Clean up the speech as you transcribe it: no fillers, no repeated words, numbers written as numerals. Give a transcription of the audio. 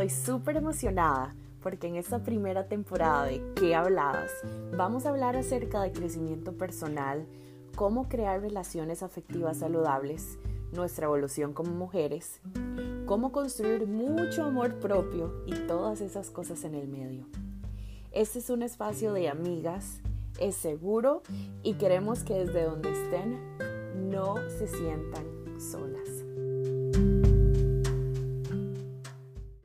Estoy súper emocionada porque en esta primera temporada de ¿Qué hablabas? Vamos a hablar acerca de crecimiento personal, cómo crear relaciones afectivas saludables, nuestra evolución como mujeres, cómo construir mucho amor propio y todas esas cosas en el medio. Este es un espacio de amigas, es seguro y queremos que desde donde estén no se sientan solas.